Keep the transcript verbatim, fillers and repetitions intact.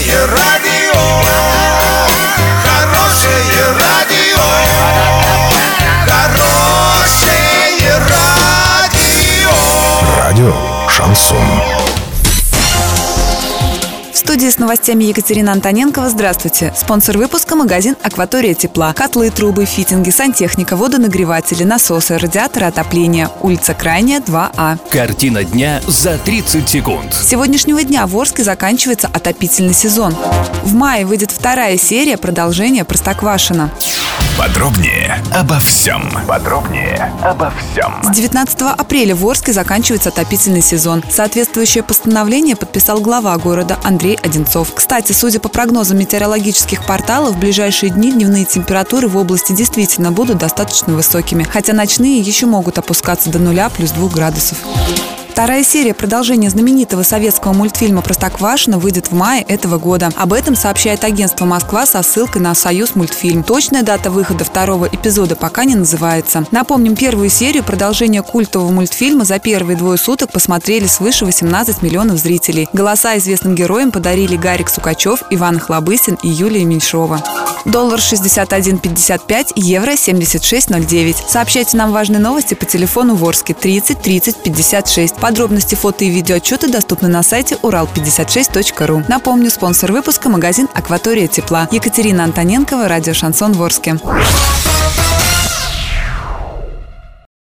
Хорошее радио, хорошее радио, хорошее радио. Радио Шансон. В студии с новостями Екатерина Антоненкова. Здравствуйте. Спонсор выпуска — магазин «Акватория тепла». Котлы, трубы, фитинги, сантехника, водонагреватели, насосы, радиаторы отопления. Улица Крайняя, два А. Картина дня за тридцать секунд. С сегодняшнего дня в Орске заканчивается отопительный сезон. В мае выйдет вторая серия продолжения «Простоквашино». Подробнее обо всем. Подробнее обо всем. С девятнадцатого апреля в Орске заканчивается отопительный сезон. Соответствующее постановление подписал глава города Андрей Одинцов. Кстати, судя по прогнозам метеорологических порталов, в ближайшие дни дневные температуры в области действительно будут достаточно высокими, хотя ночные еще могут опускаться до нуля плюс двух градусов. Вторая серия продолжения знаменитого советского мультфильма «Простоквашино» выйдет в мае этого года. Об этом сообщает агентство «Москва» со ссылкой на «Союзмультфильм». Точная дата выхода второго эпизода пока не называется. Напомним, первую серию продолжения культового мультфильма за первые двое суток посмотрели свыше восемнадцати миллионов зрителей. Голоса известным героям подарили Гарик Сукачев, Иван Охлобыстин и Юлия Меньшова. Доллар шестьдесят один пятьдесят пять, евро семьдесят шесть ноль девять. Сообщайте нам важные новости по телефону в Орске тридцать тридцать пятьдесят шесть. Подробности, фото и видеоотчеты доступны на сайте урал пятьдесят шесть точка ру. Напомню, спонсор выпуска — магазин «Акватория тепла». Екатерина Антоненкова, радио «Шансон» в Орске.